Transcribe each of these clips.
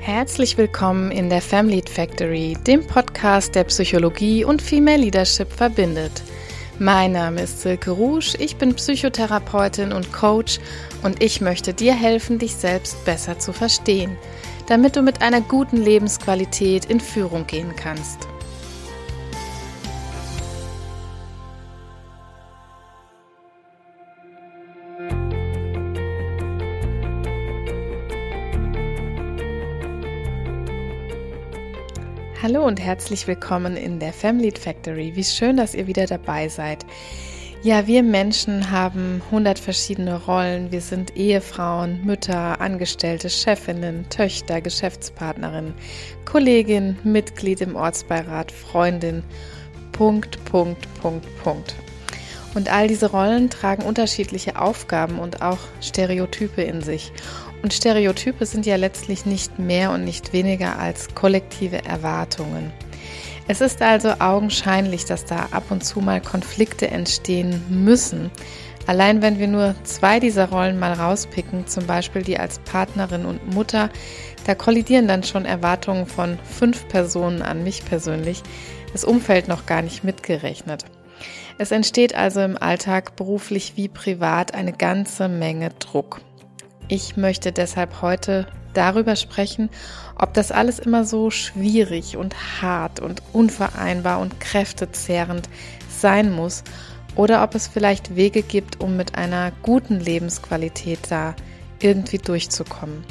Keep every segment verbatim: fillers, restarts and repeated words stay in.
Herzlich willkommen in der Family Factory, dem Podcast, der Psychologie und Female Leadership verbindet. Mein Name ist Silke Rusch, ich bin Psychotherapeutin und Coach und ich möchte dir helfen, dich selbst besser zu verstehen, damit du mit einer guten Lebensqualität in Führung gehen kannst. Hallo und herzlich willkommen in der Family Factory. Wie schön, dass ihr wieder dabei seid. Ja, wir Menschen haben hundert verschiedene Rollen. Wir sind Ehefrauen, Mütter, Angestellte, Chefinnen, Töchter, Geschäftspartnerin, Kollegin, Mitglied im Ortsbeirat, Freundin, Punkt, Punkt, Punkt, Punkt. Und all diese Rollen tragen unterschiedliche Aufgaben und auch Stereotype in sich. Und Stereotype sind ja letztlich nicht mehr und nicht weniger als kollektive Erwartungen. Es ist also augenscheinlich, dass da ab und zu mal Konflikte entstehen müssen. Allein wenn wir nur zwei dieser Rollen mal rauspicken, zum Beispiel die als Partnerin und Mutter, da kollidieren dann schon Erwartungen von fünf Personen an mich persönlich, das Umfeld noch gar nicht mitgerechnet. Es entsteht also im Alltag, beruflich wie privat, eine ganze Menge Druck. Ich möchte deshalb heute darüber sprechen, ob das alles immer so schwierig und hart und unvereinbar und kräftezehrend sein muss oder ob es vielleicht Wege gibt, um mit einer guten Lebensqualität da irgendwie durchzukommen.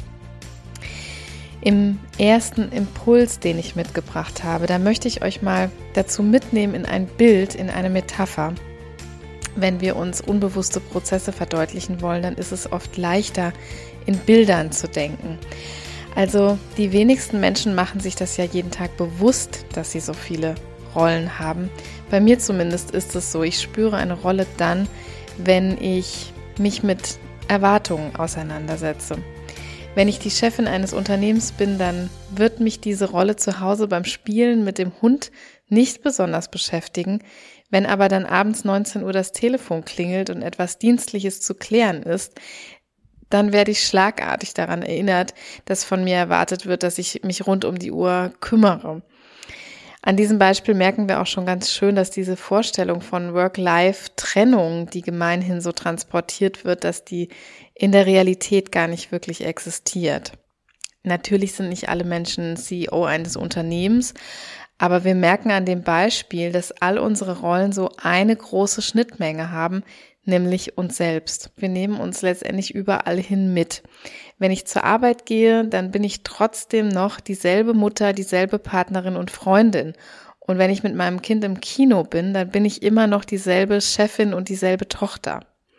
Im ersten Impuls, den ich mitgebracht habe, da möchte ich euch mal dazu mitnehmen in ein Bild, in eine Metapher. Wenn wir uns unbewusste Prozesse verdeutlichen wollen, dann ist es oft leichter, in Bildern zu denken. Also die wenigsten Menschen machen sich das ja jeden Tag bewusst, dass sie so viele Rollen haben. Bei mir zumindest ist es so, ich spüre eine Rolle dann, wenn ich mich mit Erwartungen auseinandersetze. Wenn ich die Chefin eines Unternehmens bin, dann wird mich diese Rolle zu Hause beim Spielen mit dem Hund nicht besonders beschäftigen. Wenn aber dann abends neunzehn Uhr das Telefon klingelt und etwas Dienstliches zu klären ist, dann werde ich schlagartig daran erinnert, dass von mir erwartet wird, dass ich mich rund um die Uhr kümmere. An diesem Beispiel merken wir auch schon ganz schön, dass diese Vorstellung von Work-Life-Trennung, die gemeinhin so transportiert wird, dass die in der Realität gar nicht wirklich existiert. Natürlich sind nicht alle Menschen C E O eines Unternehmens, aber wir merken an dem Beispiel, dass all unsere Rollen so eine große Schnittmenge haben, nämlich uns selbst. Wir nehmen uns letztendlich überall hin mit. Wenn ich zur Arbeit gehe, dann bin ich trotzdem noch dieselbe Mutter, dieselbe Partnerin und Freundin. Und wenn ich mit meinem Kind im Kino bin, dann bin ich immer noch dieselbe Chefin und dieselbe Tochter.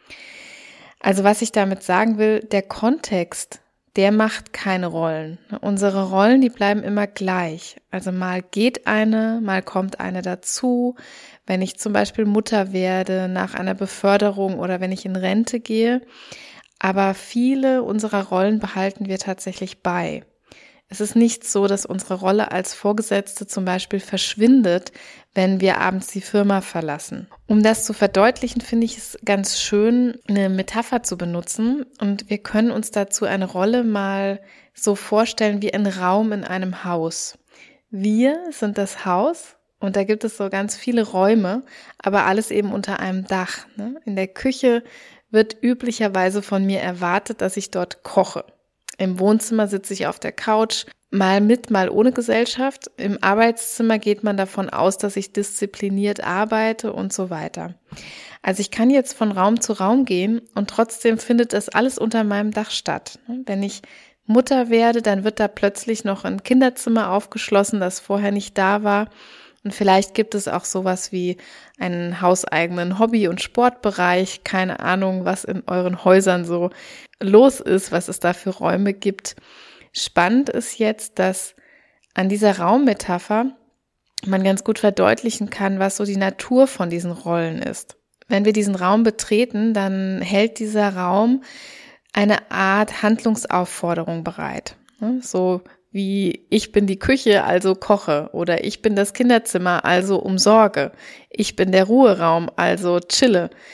Also was ich damit sagen will, der Kontext, der macht keine Rollen. Unsere Rollen, die bleiben immer gleich. Also mal geht eine, mal kommt eine dazu. Wenn ich zum Beispiel Mutter werde nach einer Beförderung oder wenn ich in Rente gehe. Aber viele unserer Rollen behalten wir tatsächlich bei. Es ist nicht so, dass unsere Rolle als Vorgesetzte zum Beispiel verschwindet, wenn wir abends die Firma verlassen. Um das zu verdeutlichen, finde ich es ganz schön, eine Metapher zu benutzen. Und wir können uns dazu eine Rolle mal so vorstellen wie ein Raum in einem Haus. Wir sind das Haus und da gibt es so ganz viele Räume, aber alles eben unter einem Dach. In der Küche wird üblicherweise von mir erwartet, dass ich dort koche. Im Wohnzimmer sitze ich auf der Couch, mal mit, mal ohne Gesellschaft. Im Arbeitszimmer geht man davon aus, dass ich diszipliniert arbeite und so weiter. Also ich kann jetzt von Raum zu Raum gehen und trotzdem findet das alles unter meinem Dach statt. Wenn ich Mutter werde, dann wird da plötzlich noch ein Kinderzimmer aufgeschlossen, das vorher nicht da war. Und vielleicht gibt es auch sowas wie einen hauseigenen Hobby- und Sportbereich. Keine Ahnung, was in euren Häusern so los ist, was es da für Räume gibt. Spannend ist jetzt, dass an dieser Raummetapher man ganz gut verdeutlichen kann, was so die Natur von diesen Rollen ist. Wenn wir diesen Raum betreten, dann hält dieser Raum eine Art Handlungsaufforderung bereit. So wie ich bin die Küche, also koche, oder ich bin das Kinderzimmer, also umsorge, ich bin der Ruheraum, also chille.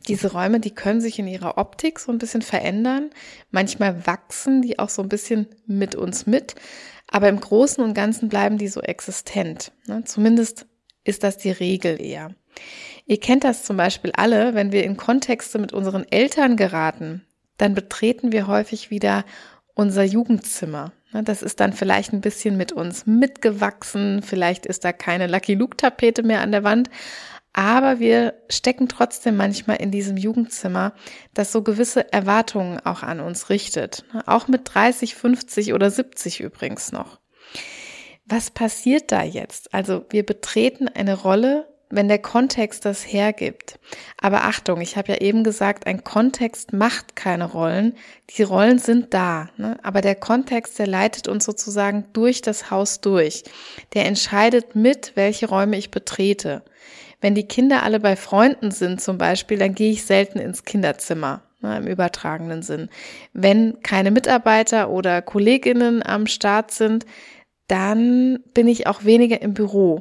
Diese Räume, die können sich in ihrer Optik so ein bisschen verändern. Manchmal wachsen die auch so ein bisschen mit uns mit. Aber im Großen und Ganzen bleiben die so existent. Ne? Zumindest ist das die Regel eher. Ihr kennt das zum Beispiel alle, wenn wir in Kontexte mit unseren Eltern geraten, dann betreten wir häufig wieder unser Jugendzimmer. Das ist dann vielleicht ein bisschen mit uns mitgewachsen, vielleicht ist da keine Lucky Luke-Tapete mehr an der Wand, aber wir stecken trotzdem manchmal in diesem Jugendzimmer, das so gewisse Erwartungen auch an uns richtet. Auch mit dreißig, fünfzig oder siebzig übrigens noch. Was passiert da jetzt? Also wir betreten eine Rolle, wenn der Kontext das hergibt. Aber Achtung, ich habe ja eben gesagt, ein Kontext macht keine Rollen. Die Rollen sind da, ne? Aber der Kontext, der leitet uns sozusagen durch das Haus durch. Der entscheidet mit, welche Räume ich betrete. Wenn die Kinder alle bei Freunden sind zum Beispiel, dann gehe ich selten ins Kinderzimmer, ne, im übertragenen Sinn. Wenn keine Mitarbeiter oder Kolleginnen am Start sind, dann bin ich auch weniger im Büro.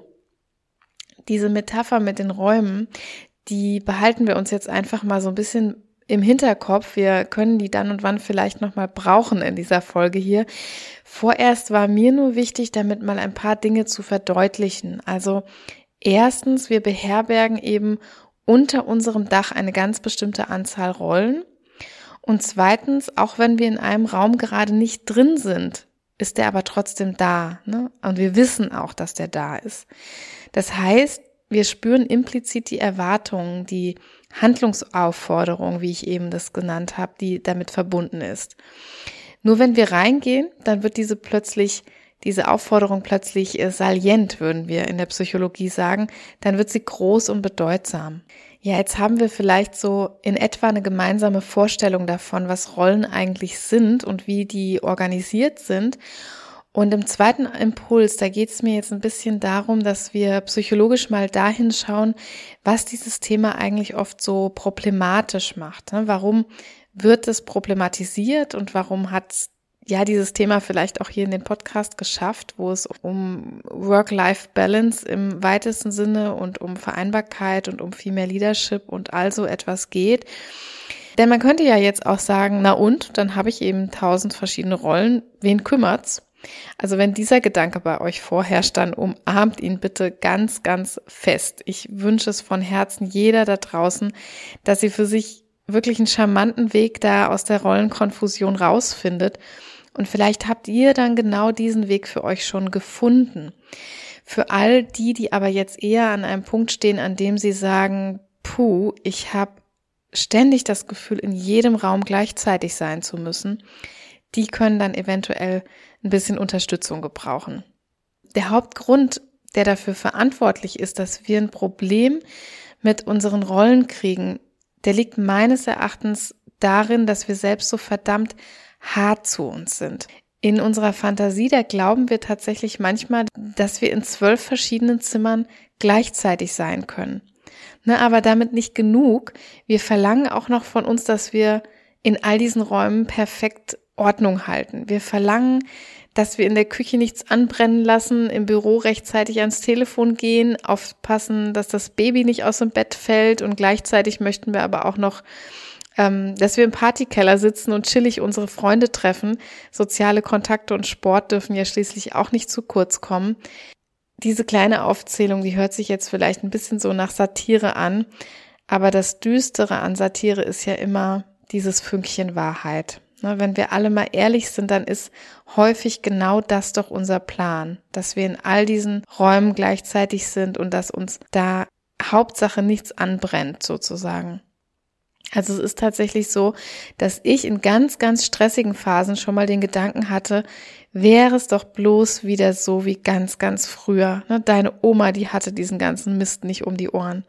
Diese Metapher mit den Räumen, die behalten wir uns jetzt einfach mal so ein bisschen im Hinterkopf. Wir können die dann und wann vielleicht nochmal brauchen in dieser Folge hier. Vorerst war mir nur wichtig, damit mal ein paar Dinge zu verdeutlichen. Also erstens, wir beherbergen eben unter unserem Dach eine ganz bestimmte Anzahl Rollen. Und zweitens, auch wenn wir in einem Raum gerade nicht drin sind, ist der aber trotzdem da, ne? Und wir wissen auch, dass der da ist. Das heißt, wir spüren implizit die Erwartungen, die Handlungsaufforderung, wie ich eben das genannt habe, die damit verbunden ist. Nur wenn wir reingehen, dann wird diese plötzlich, diese Aufforderung plötzlich salient, würden wir in der Psychologie sagen, dann wird sie groß und bedeutsam. Ja, jetzt haben wir vielleicht so in etwa eine gemeinsame Vorstellung davon, was Rollen eigentlich sind und wie die organisiert sind. Und im zweiten Impuls, da geht es mir jetzt ein bisschen darum, dass wir psychologisch mal dahin schauen, was dieses Thema eigentlich oft so problematisch macht. Warum wird es problematisiert und warum hat ja dieses Thema vielleicht auch hier in den Podcast geschafft, wo es um Work-Life-Balance im weitesten Sinne und um Vereinbarkeit und um Female Leadership und all so etwas geht. Denn man könnte ja jetzt auch sagen, na und, dann habe ich eben tausend verschiedene Rollen, wen kümmert's? Also wenn dieser Gedanke bei euch vorherrscht, dann umarmt ihn bitte ganz, ganz fest. Ich wünsche es von Herzen jeder da draußen, dass sie für sich wirklich einen charmanten Weg da aus der Rollenkonfusion rausfindet. Und vielleicht habt ihr dann genau diesen Weg für euch schon gefunden. Für all die, die aber jetzt eher an einem Punkt stehen, an dem sie sagen, puh, ich habe ständig das Gefühl, in jedem Raum gleichzeitig sein zu müssen, die können dann eventuell ein bisschen Unterstützung gebrauchen. Der Hauptgrund, der dafür verantwortlich ist, dass wir ein Problem mit unseren Rollen kriegen, der liegt meines Erachtens darin, dass wir selbst so verdammt hart zu uns sind. In unserer Fantasie, da glauben wir tatsächlich manchmal, dass wir in zwölf verschiedenen Zimmern gleichzeitig sein können. Ne, aber damit nicht genug. Wir verlangen auch noch von uns, dass wir in all diesen Räumen perfekt Ordnung halten. Wir verlangen, dass wir in der Küche nichts anbrennen lassen, im Büro rechtzeitig ans Telefon gehen, aufpassen, dass das Baby nicht aus dem Bett fällt und gleichzeitig möchten wir aber auch noch, ähm, dass wir im Partykeller sitzen und chillig unsere Freunde treffen. Soziale Kontakte und Sport dürfen ja schließlich auch nicht zu kurz kommen. Diese kleine Aufzählung, die hört sich jetzt vielleicht ein bisschen so nach Satire an, aber das Düstere an Satire ist ja immer dieses Fünkchen Wahrheit. Wenn wir alle mal ehrlich sind, dann ist häufig genau das doch unser Plan, dass wir in all diesen Räumen gleichzeitig sind und dass uns da Hauptsache nichts anbrennt sozusagen. Also es ist tatsächlich so, dass ich in ganz, ganz stressigen Phasen schon mal den Gedanken hatte, wäre es doch bloß wieder so wie ganz, ganz früher. Deine Oma, die hatte diesen ganzen Mist nicht um die Ohren.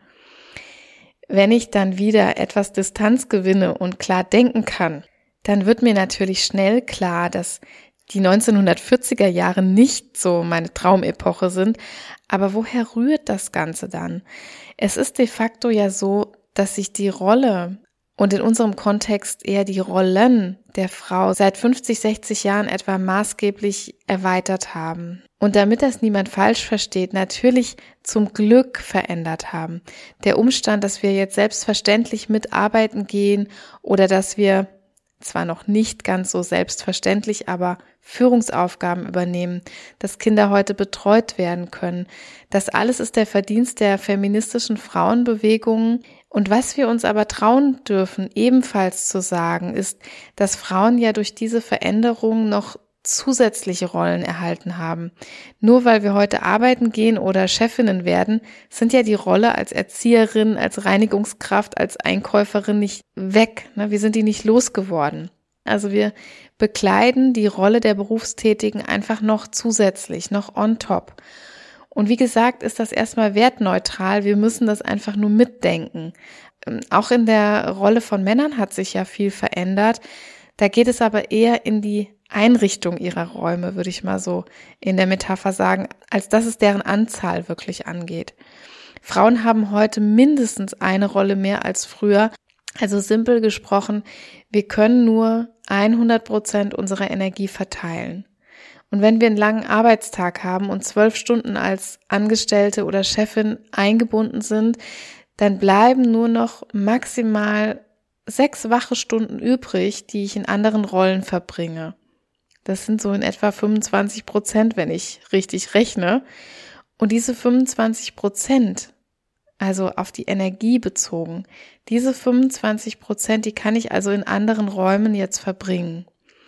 Wenn ich dann wieder etwas Distanz gewinne und klar denken kann, dann wird mir natürlich schnell klar, dass die neunzehnhundertvierziger Jahre nicht so meine Traumepoche sind. Aber woher rührt das Ganze dann? Es ist de facto ja so, dass sich die Rolle und in unserem Kontext eher die Rollen der Frau seit fünfzig, sechzig Jahren etwa maßgeblich erweitert haben. Und damit das niemand falsch versteht, natürlich zum Glück verändert haben. Der Umstand, dass wir jetzt selbstverständlich mitarbeiten gehen oder dass wir zwar noch nicht ganz so selbstverständlich, aber Führungsaufgaben übernehmen, dass Kinder heute betreut werden können. Das alles ist der Verdienst der feministischen Frauenbewegungen. Und was wir uns aber trauen dürfen, ebenfalls zu sagen, ist, dass Frauen ja durch diese Veränderung noch zusätzliche Rollen erhalten haben. Nur weil wir heute arbeiten gehen oder Chefinnen werden, sind ja die Rolle als Erzieherin, als Reinigungskraft, als Einkäuferin nicht weg. Wir sind die nicht losgeworden. Also wir bekleiden die Rolle der Berufstätigen einfach noch zusätzlich, noch on top. Und wie gesagt, ist das erstmal wertneutral. Wir müssen das einfach nur mitdenken. Auch in der Rolle von Männern hat sich ja viel verändert. Da geht es aber eher in die Einrichtung ihrer Räume, würde ich mal so in der Metapher sagen, als dass es deren Anzahl wirklich angeht. Frauen haben heute mindestens eine Rolle mehr als früher. Also simpel gesprochen, wir können nur hundert Prozent unserer Energie verteilen. Und wenn wir einen langen Arbeitstag haben und zwölf Stunden als Angestellte oder Chefin eingebunden sind, dann bleiben nur noch maximal sechs wache Stunden übrig, die ich in anderen Rollen verbringe. Das sind so in etwa fünfundzwanzig Prozent, wenn ich richtig rechne. Und diese fünfundzwanzig Prozent, also auf die Energie bezogen, diese fünfundzwanzig Prozent, die kann ich also in anderen Räumen jetzt verbringen.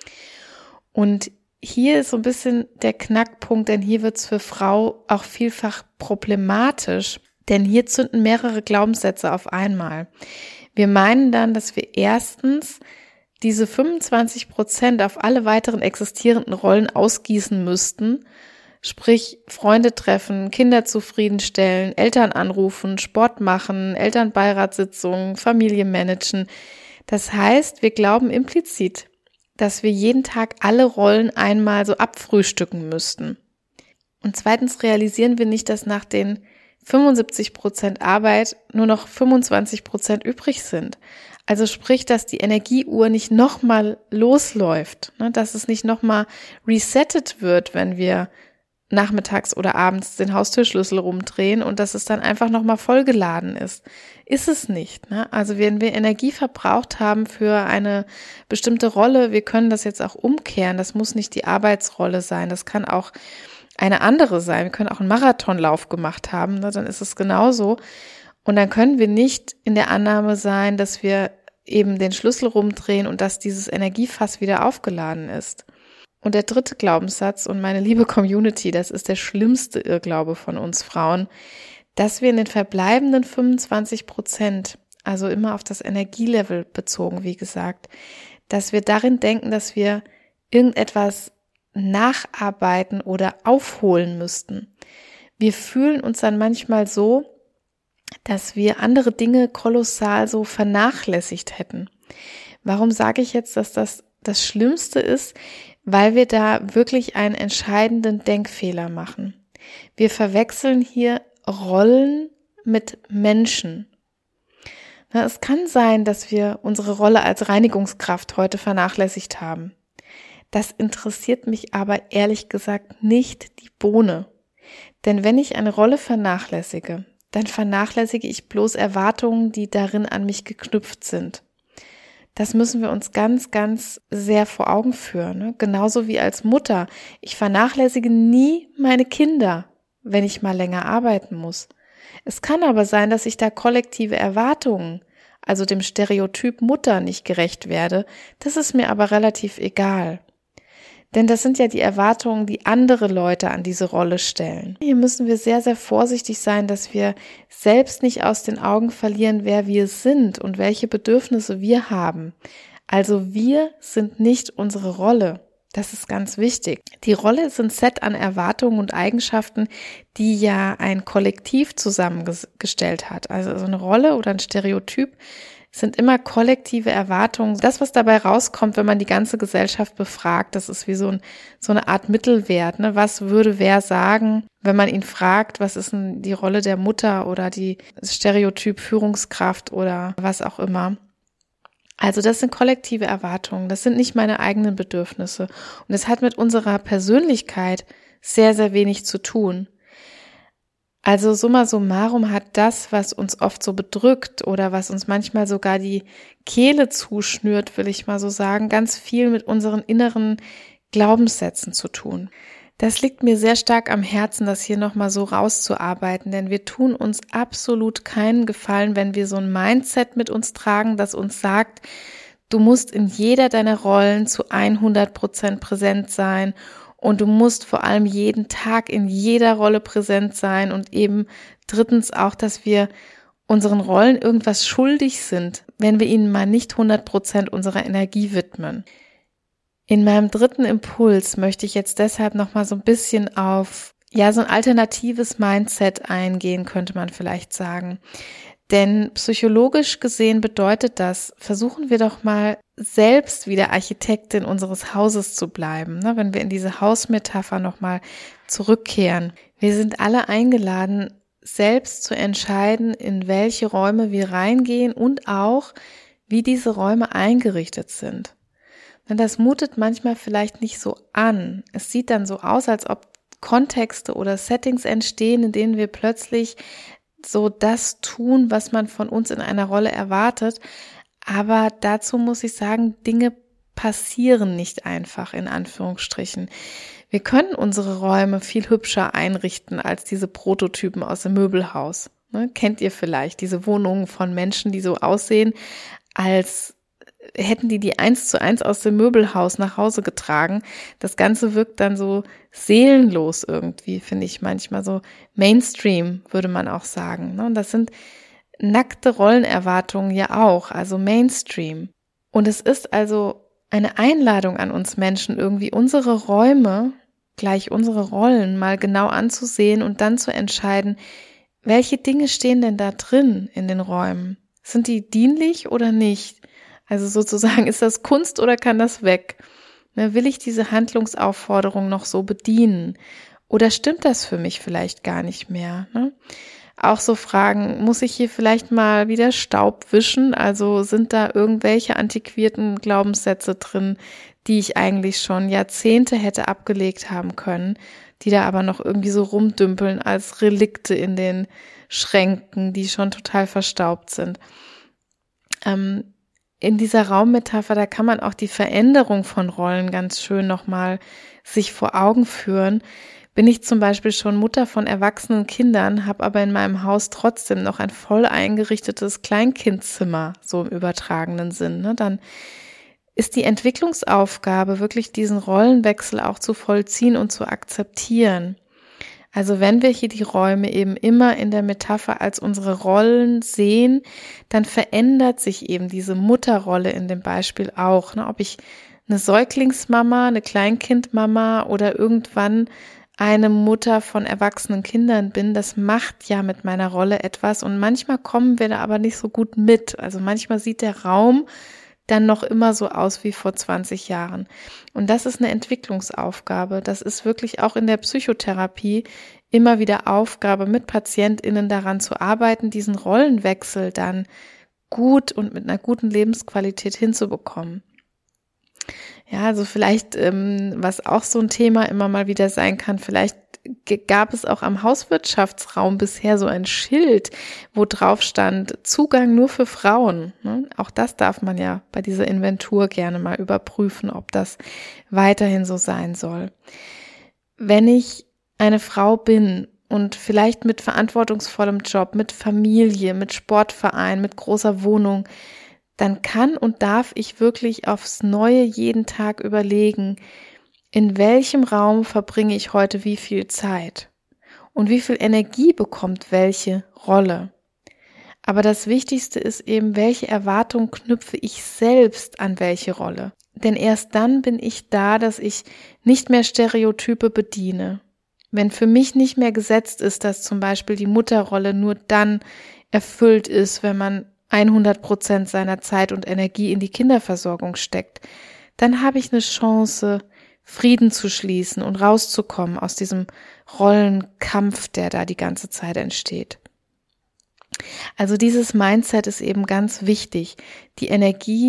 Und hier ist so ein bisschen der Knackpunkt, denn hier wird es für Frau auch vielfach problematisch, denn hier zünden mehrere Glaubenssätze auf einmal. Wir meinen dann, dass wir erstens diese fünfundzwanzig Prozent auf alle weiteren existierenden Rollen ausgießen müssten, sprich Freunde treffen, Kinder zufriedenstellen, Eltern anrufen, Sport machen, Elternbeiratssitzungen, Familie managen. Das heißt, wir glauben implizit, dass wir jeden Tag alle Rollen einmal so abfrühstücken müssten. Und zweitens realisieren wir nicht, dass nach den fünfundsiebzig Prozent Arbeit nur noch fünfundzwanzig Prozent übrig sind. Also sprich, dass die Energieuhr nicht nochmal losläuft, ne, dass es nicht nochmal resettet wird, wenn wir nachmittags oder abends den Haustürschlüssel rumdrehen und dass es dann einfach nochmal vollgeladen ist. Ist es nicht, ne? Also wenn wir Energie verbraucht haben für eine bestimmte Rolle, wir können das jetzt auch umkehren. Das muss nicht die Arbeitsrolle sein, das kann auch eine andere sein. Wir können auch einen Marathonlauf gemacht haben, ne? Dann ist es genauso. Und dann können wir nicht in der Annahme sein, dass wir eben den Schlüssel rumdrehen und dass dieses Energiefass wieder aufgeladen ist. Und der dritte Glaubenssatz, und meine liebe Community, das ist der schlimmste Irrglaube von uns Frauen, dass wir in den verbleibenden fünfundzwanzig Prozent, also immer auf das Energielevel bezogen, wie gesagt, dass wir darin denken, dass wir irgendetwas nacharbeiten oder aufholen müssten. Wir fühlen uns dann manchmal so, dass wir andere Dinge kolossal so vernachlässigt hätten. Warum sage ich jetzt, dass das das Schlimmste ist? Weil wir da wirklich einen entscheidenden Denkfehler machen. Wir verwechseln hier Rollen mit Menschen. Na, es kann sein, dass wir unsere Rolle als Reinigungskraft heute vernachlässigt haben. Das interessiert mich aber ehrlich gesagt nicht die Bohne. Denn wenn ich eine Rolle vernachlässige, dann vernachlässige ich bloß Erwartungen, die darin an mich geknüpft sind. Das müssen wir uns ganz, ganz sehr vor Augen führen. Ne? Genauso wie als Mutter. Ich vernachlässige nie meine Kinder, wenn ich mal länger arbeiten muss. Es kann aber sein, dass ich da kollektive Erwartungen, also dem Stereotyp Mutter, nicht gerecht werde. Das ist mir aber relativ egal. Denn das sind ja die Erwartungen, die andere Leute an diese Rolle stellen. Hier müssen wir sehr, sehr vorsichtig sein, dass wir selbst nicht aus den Augen verlieren, wer wir sind und welche Bedürfnisse wir haben. Also wir sind nicht unsere Rolle. Das ist ganz wichtig. Die Rolle ist ein Set an Erwartungen und Eigenschaften, die ja ein Kollektiv zusammengestellt hat. Also so eine Rolle oder ein Stereotyp sind immer kollektive Erwartungen. Das, was dabei rauskommt, wenn man die ganze Gesellschaft befragt, das ist wie so, ein, so eine Art Mittelwert. Ne? Was würde wer sagen, wenn man ihn fragt, was ist denn die Rolle der Mutter oder die Stereotyp Führungskraft oder was auch immer? Also das sind kollektive Erwartungen, das sind nicht meine eigenen Bedürfnisse und es hat mit unserer Persönlichkeit sehr, sehr wenig zu tun. Also summa summarum hat das, was uns oft so bedrückt oder was uns manchmal sogar die Kehle zuschnürt, will ich mal so sagen, ganz viel mit unseren inneren Glaubenssätzen zu tun. Das liegt mir sehr stark am Herzen, das hier nochmal so rauszuarbeiten, denn wir tun uns absolut keinen Gefallen, wenn wir so ein Mindset mit uns tragen, das uns sagt, du musst in jeder deiner Rollen zu hundert Prozent präsent sein und du musst vor allem jeden Tag in jeder Rolle präsent sein und eben drittens auch, dass wir unseren Rollen irgendwas schuldig sind, wenn wir ihnen mal nicht hundert Prozent unserer Energie widmen. In meinem dritten Impuls möchte ich jetzt deshalb nochmal so ein bisschen auf, ja, so ein alternatives Mindset eingehen, könnte man vielleicht sagen. Denn psychologisch gesehen bedeutet das, versuchen wir doch mal selbst wieder Architektin unseres Hauses zu bleiben, ne? Wenn wir in diese Hausmetapher nochmal zurückkehren. Wir sind alle eingeladen, selbst zu entscheiden, in welche Räume wir reingehen und auch, wie diese Räume eingerichtet sind. Das mutet manchmal vielleicht nicht so an. Es sieht dann so aus, als ob Kontexte oder Settings entstehen, in denen wir plötzlich so das tun, was man von uns in einer Rolle erwartet. Aber dazu muss ich sagen, Dinge passieren nicht einfach, in Anführungsstrichen. Wir können unsere Räume viel hübscher einrichten als diese Prototypen aus dem Möbelhaus. Ne? Kennt ihr vielleicht diese Wohnungen von Menschen, die so aussehen, als hätten die die eins zu eins aus dem Möbelhaus nach Hause getragen. Das Ganze wirkt dann so seelenlos irgendwie, finde ich manchmal so Mainstream, würde man auch sagen. Und das sind nackte Rollenerwartungen ja auch, also Mainstream. Und es ist also eine Einladung an uns Menschen, irgendwie unsere Räume, gleich unsere Rollen mal genau anzusehen und dann zu entscheiden, welche Dinge stehen denn da drin in den Räumen? Sind die dienlich oder nicht? Also sozusagen, ist das Kunst oder kann das weg? Ne, will ich diese Handlungsaufforderung noch so bedienen? Oder stimmt das für mich vielleicht gar nicht mehr? Ne? Auch so Fragen, muss ich hier vielleicht mal wieder Staub wischen? Also sind da irgendwelche antiquierten Glaubenssätze drin, die ich eigentlich schon Jahrzehnte hätte abgelegt haben können, die da aber noch irgendwie so rumdümpeln als Relikte in den Schränken, die schon total verstaubt sind. Ähm, In dieser Raummetapher, da kann man auch die Veränderung von Rollen ganz schön nochmal sich vor Augen führen. Bin ich zum Beispiel schon Mutter von erwachsenen Kindern, habe aber in meinem Haus trotzdem noch ein voll eingerichtetes Kleinkindzimmer, so im übertragenen Sinn, ne? Dann ist die Entwicklungsaufgabe, wirklich diesen Rollenwechsel auch zu vollziehen und zu akzeptieren. Also wenn wir hier die Räume eben immer in der Metapher als unsere Rollen sehen, dann verändert sich eben diese Mutterrolle in dem Beispiel auch. Ne? Ob ich eine Säuglingsmama, eine Kleinkindmama oder irgendwann eine Mutter von erwachsenen Kindern bin, das macht ja mit meiner Rolle etwas und manchmal kommen wir da aber nicht so gut mit. Also manchmal sieht der Raum dann noch immer so aus wie vor zwanzig Jahren. Und das ist eine Entwicklungsaufgabe. Das ist wirklich auch in der Psychotherapie immer wieder Aufgabe, mit PatientInnen daran zu arbeiten, diesen Rollenwechsel dann gut und mit einer guten Lebensqualität hinzubekommen. Ja, also vielleicht, ähm, was auch so ein Thema immer mal wieder sein kann, vielleicht gab es auch am Hauswirtschaftsraum bisher so ein Schild, wo drauf stand, Zugang nur für Frauen. Ne? Auch das darf man ja bei dieser Inventur gerne mal überprüfen, ob das weiterhin so sein soll. Wenn ich eine Frau bin und vielleicht mit verantwortungsvollem Job, mit Familie, mit Sportverein, mit großer Wohnung, dann kann und darf ich wirklich aufs Neue jeden Tag überlegen, in welchem Raum verbringe ich heute wie viel Zeit und wie viel Energie bekommt welche Rolle. Aber das Wichtigste ist eben, welche Erwartungen knüpfe ich selbst an welche Rolle. Denn erst dann bin ich da, dass ich nicht mehr Stereotype bediene. Wenn für mich nicht mehr gesetzt ist, dass zum Beispiel die Mutterrolle nur dann erfüllt ist, wenn man hundert Prozent seiner Zeit und Energie in die Kinderversorgung steckt, dann habe ich eine Chance, Frieden zu schließen und rauszukommen aus diesem Rollenkampf, der da die ganze Zeit entsteht. Also dieses Mindset ist eben ganz wichtig, die Energie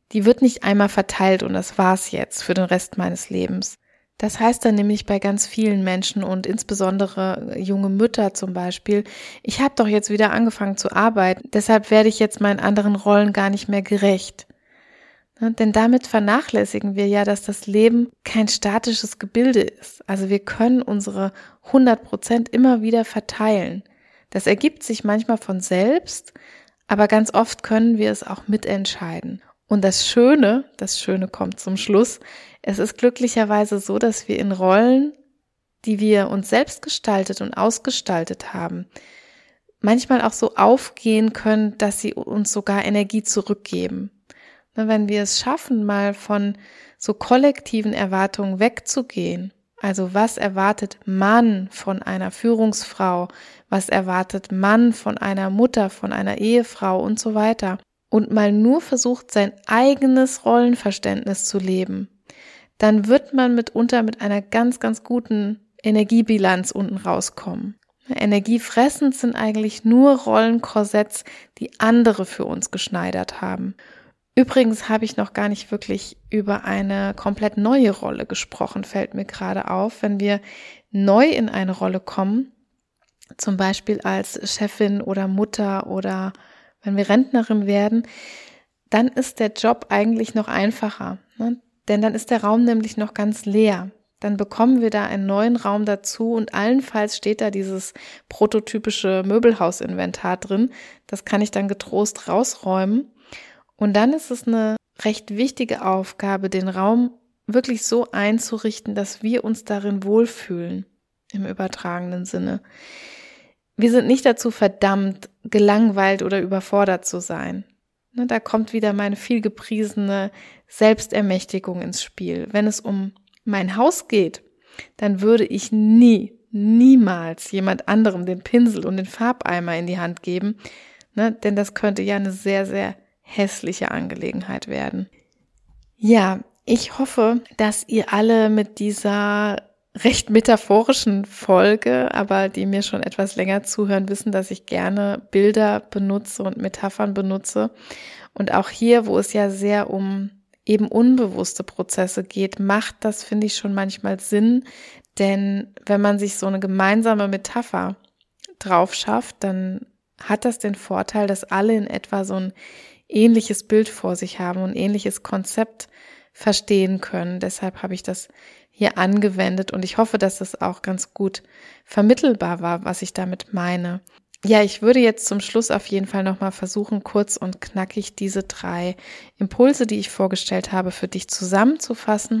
die wird nicht einmal verteilt und das war's jetzt für den Rest meines Lebens. Das heißt dann nämlich bei ganz vielen Menschen und insbesondere junge Mütter zum Beispiel, ich habe doch jetzt wieder angefangen zu arbeiten, deshalb werde ich jetzt meinen anderen Rollen gar nicht mehr gerecht. Ja, denn damit vernachlässigen wir ja, dass das Leben kein statisches Gebilde ist. Also wir können unsere hundert Prozent immer wieder verteilen. Das ergibt sich manchmal von selbst, aber ganz oft können wir es auch mitentscheiden. Und das Schöne, das Schöne kommt zum Schluss, es ist glücklicherweise so, dass wir in Rollen, die wir uns selbst gestaltet und ausgestaltet haben, manchmal auch so aufgehen können, dass sie uns sogar Energie zurückgeben. Wenn wir es schaffen, mal von so kollektiven Erwartungen wegzugehen, also was erwartet Mann von einer Führungsfrau, was erwartet Mann von einer Mutter, von einer Ehefrau und so weiter, und mal nur versucht, sein eigenes Rollenverständnis zu leben, dann wird man mitunter mit einer ganz, ganz guten Energiebilanz unten rauskommen. Energiefressend sind eigentlich nur Rollenkorsetts, die andere für uns geschneidert haben. Übrigens habe ich noch gar nicht wirklich über eine komplett neue Rolle gesprochen, fällt mir gerade auf. Wenn wir neu in eine Rolle kommen, zum Beispiel als Chefin oder Mutter oder wenn wir Rentnerin werden, dann ist der Job eigentlich noch einfacher, ne? Denn dann ist der Raum nämlich noch ganz leer. Dann bekommen wir da einen neuen Raum dazu und allenfalls steht da dieses prototypische Möbelhausinventar drin. Das kann ich dann getrost rausräumen. Und dann ist es eine recht wichtige Aufgabe, den Raum wirklich so einzurichten, dass wir uns darin wohlfühlen, im übertragenen Sinne. Wir sind nicht dazu verdammt, gelangweilt oder überfordert zu sein. Da kommt wieder meine vielgepriesene Selbstermächtigung ins Spiel. Wenn es um mein Haus geht, dann würde ich nie, niemals jemand anderem den Pinsel und den Farbeimer in die Hand geben, ne? Denn das könnte ja eine sehr, sehr hässliche Angelegenheit werden. Ja, ich hoffe, dass ihr alle mit dieser recht metaphorischen Folge, aber die mir schon etwas länger zuhören, wissen, dass ich gerne Bilder benutze und Metaphern benutze. Und auch hier, wo es ja sehr um eben unbewusste Prozesse geht, macht das, finde ich, schon manchmal Sinn. Denn wenn man sich so eine gemeinsame Metapher drauf schafft, dann hat das den Vorteil, dass alle in etwa so ein ähnliches Bild vor sich haben und ein ähnliches Konzept verstehen können. Deshalb habe ich das hier angewendet und ich hoffe, dass es auch ganz gut vermittelbar war, was ich damit meine. Ja, ich würde jetzt zum Schluss auf jeden Fall nochmal versuchen, kurz und knackig diese drei Impulse, die ich vorgestellt habe, für dich zusammenzufassen.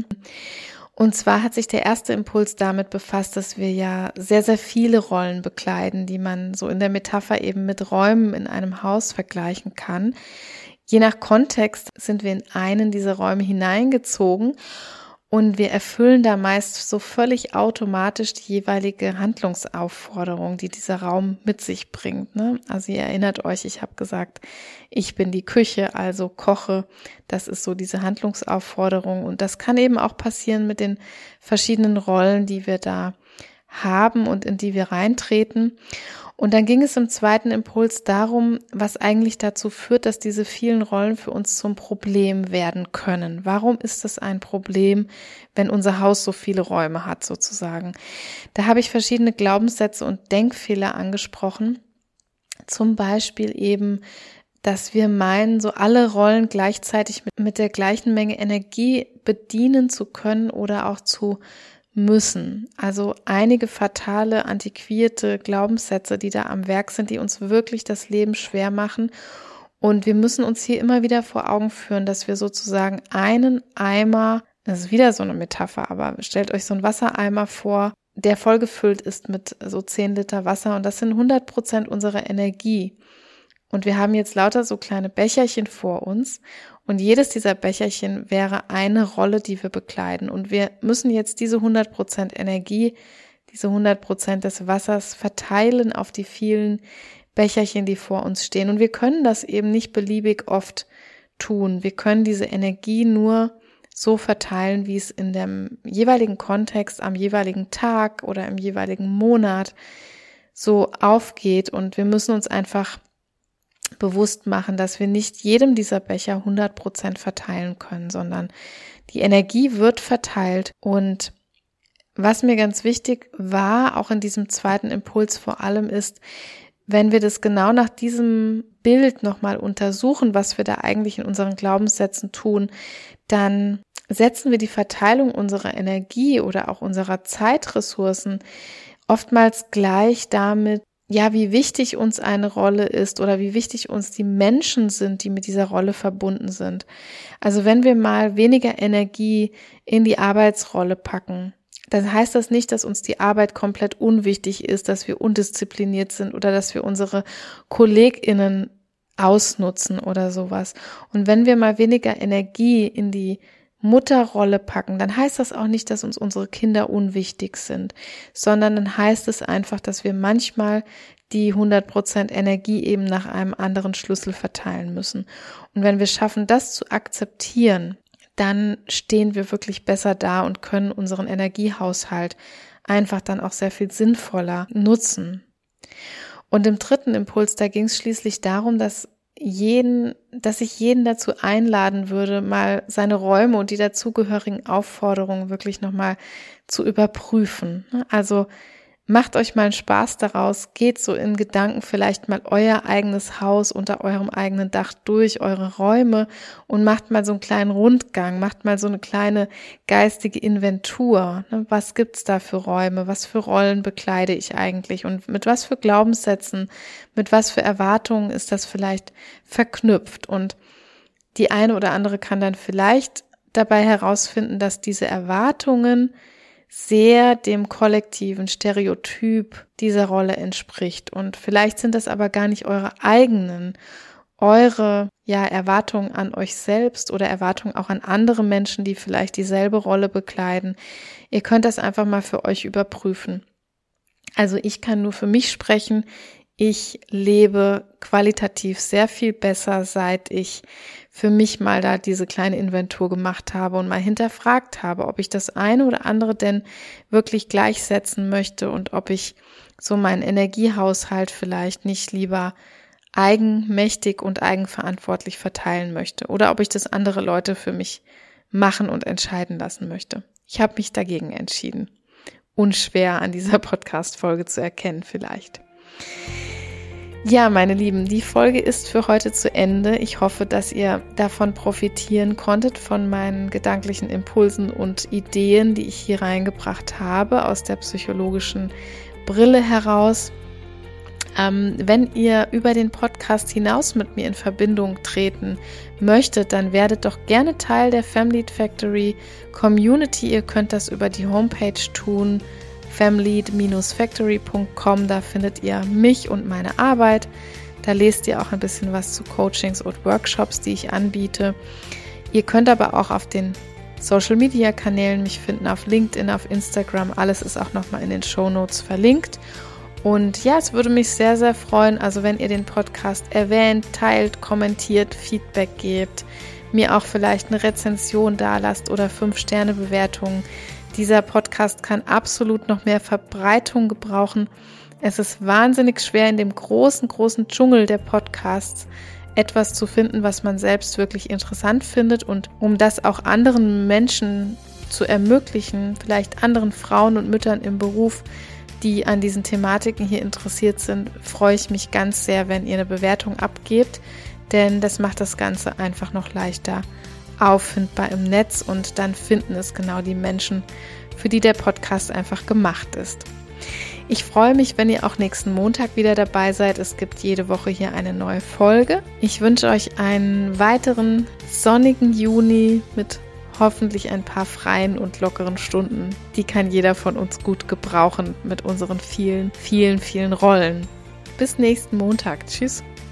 Und zwar hat sich der erste Impuls damit befasst, dass wir ja sehr, sehr viele Rollen bekleiden, die man so in der Metapher eben mit Räumen in einem Haus vergleichen kann. Je nach Kontext sind wir in einen dieser Räume hineingezogen und wir erfüllen da meist so völlig automatisch die jeweilige Handlungsaufforderung, die dieser Raum mit sich bringt, ne? Also ihr erinnert euch, ich habe gesagt, ich bin die Küche, also koche. Das ist so diese Handlungsaufforderung und das kann eben auch passieren mit den verschiedenen Rollen, die wir da haben und in die wir reintreten. Und dann ging es im zweiten Impuls darum, was eigentlich dazu führt, dass diese vielen Rollen für uns zum Problem werden können. Warum ist es ein Problem, wenn unser Haus so viele Räume hat, sozusagen? Da habe ich verschiedene Glaubenssätze und Denkfehler angesprochen. Zum Beispiel eben, dass wir meinen, so alle Rollen gleichzeitig mit, mit der gleichen Menge Energie bedienen zu können oder auch zu müssen. Also einige fatale, antiquierte Glaubenssätze, die da am Werk sind, die uns wirklich das Leben schwer machen. Und wir müssen uns hier immer wieder vor Augen führen, dass wir sozusagen einen Eimer, das ist wieder so eine Metapher, aber stellt euch so einen Wassereimer vor, der vollgefüllt ist mit so zehn Liter Wasser und das sind hundert Prozent unserer Energie. Und wir haben jetzt lauter so kleine Becherchen vor uns und jedes dieser Becherchen wäre eine Rolle, die wir bekleiden. Und wir müssen jetzt diese hundert Prozent Energie, diese hundert Prozent des Wassers verteilen auf die vielen Becherchen, die vor uns stehen. Und wir können das eben nicht beliebig oft tun. Wir können diese Energie nur so verteilen, wie es in dem jeweiligen Kontext, am jeweiligen Tag oder im jeweiligen Monat so aufgeht. Und wir müssen uns einfach bewusst machen, dass wir nicht jedem dieser Becher hundert Prozent verteilen können, sondern die Energie wird verteilt. Und was mir ganz wichtig war, auch in diesem zweiten Impuls vor allem, ist, wenn wir das genau nach diesem Bild nochmal untersuchen, was wir da eigentlich in unseren Glaubenssätzen tun, dann setzen wir die Verteilung unserer Energie oder auch unserer Zeitressourcen oftmals gleich damit, ja, wie wichtig uns eine Rolle ist oder wie wichtig uns die Menschen sind, die mit dieser Rolle verbunden sind. Also wenn wir mal weniger Energie in die Arbeitsrolle packen, dann heißt das nicht, dass uns die Arbeit komplett unwichtig ist, dass wir undiszipliniert sind oder dass wir unsere KollegInnen ausnutzen oder sowas. Und wenn wir mal weniger Energie in die Mutterrolle packen, dann heißt das auch nicht, dass uns unsere Kinder unwichtig sind, sondern dann heißt es einfach, dass wir manchmal die hundert Prozent Energie eben nach einem anderen Schlüssel verteilen müssen. Und wenn wir schaffen, das zu akzeptieren, dann stehen wir wirklich besser da und können unseren Energiehaushalt einfach dann auch sehr viel sinnvoller nutzen. Und im dritten Impuls, da ging es schließlich darum, dass jeden, dass ich jeden dazu einladen würde, mal seine Räume und die dazugehörigen Aufforderungen wirklich nochmal zu überprüfen. Also macht euch mal einen Spaß daraus, geht so in Gedanken vielleicht mal euer eigenes Haus unter eurem eigenen Dach durch, eure Räume und macht mal so einen kleinen Rundgang, macht mal so eine kleine geistige Inventur. Was gibt's da für Räume? Was für Rollen bekleide ich eigentlich? Und mit was für Glaubenssätzen, mit was für Erwartungen ist das vielleicht verknüpft? Und die eine oder andere kann dann vielleicht dabei herausfinden, dass diese Erwartungen sehr dem kollektiven Stereotyp dieser Rolle entspricht. Und vielleicht sind das aber gar nicht eure eigenen, eure ja Erwartungen an euch selbst oder Erwartungen auch an andere Menschen, die vielleicht dieselbe Rolle bekleiden. Ihr könnt das einfach mal für euch überprüfen. Also ich kann nur für mich sprechen. Ich lebe qualitativ sehr viel besser, seit ich für mich mal da diese kleine Inventur gemacht habe und mal hinterfragt habe, ob ich das eine oder andere denn wirklich gleichsetzen möchte und ob ich so meinen Energiehaushalt vielleicht nicht lieber eigenmächtig und eigenverantwortlich verteilen möchte oder ob ich das andere Leute für mich machen und entscheiden lassen möchte. Ich habe mich dagegen entschieden. Unschwer an dieser Podcast-Folge zu erkennen vielleicht. Ja, meine Lieben, die Folge ist für heute zu Ende. Ich hoffe, dass ihr davon profitieren konntet, von meinen gedanklichen Impulsen und Ideen, die ich hier reingebracht habe, aus der psychologischen Brille heraus. Ähm, wenn ihr über den Podcast hinaus mit mir in Verbindung treten möchtet, dann werdet doch gerne Teil der Femlead Factory Community. Ihr könnt das über die Homepage tun, femlead Bindestrich factory Punkt com, da findet ihr mich und meine Arbeit. Da lest ihr auch ein bisschen was zu Coachings und Workshops, die ich anbiete. Ihr könnt aber auch auf den Social Media Kanälen mich finden, auf LinkedIn, auf Instagram. Alles ist auch nochmal in den Shownotes verlinkt. Und ja, es würde mich sehr, sehr freuen, also wenn ihr den Podcast erwähnt, teilt, kommentiert, Feedback gebt, mir auch vielleicht eine Rezension dalasst oder fünf Sterne Bewertungen. Dieser Podcast kann absolut noch mehr Verbreitung gebrauchen. Es ist wahnsinnig schwer, in dem großen, großen Dschungel der Podcasts etwas zu finden, was man selbst wirklich interessant findet. Und um das auch anderen Menschen zu ermöglichen, vielleicht anderen Frauen und Müttern im Beruf, die an diesen Thematiken hier interessiert sind, freue ich mich ganz sehr, wenn ihr eine Bewertung abgebt, denn das macht das Ganze einfach noch leichter auffindbar im Netz und dann finden es genau die Menschen, für die der Podcast einfach gemacht ist. Ich freue mich, wenn ihr auch nächsten Montag wieder dabei seid. Es gibt jede Woche hier eine neue Folge. Ich wünsche euch einen weiteren sonnigen Juni mit hoffentlich ein paar freien und lockeren Stunden. Die kann jeder von uns gut gebrauchen mit unseren vielen, vielen, vielen Rollen. Bis nächsten Montag. Tschüss.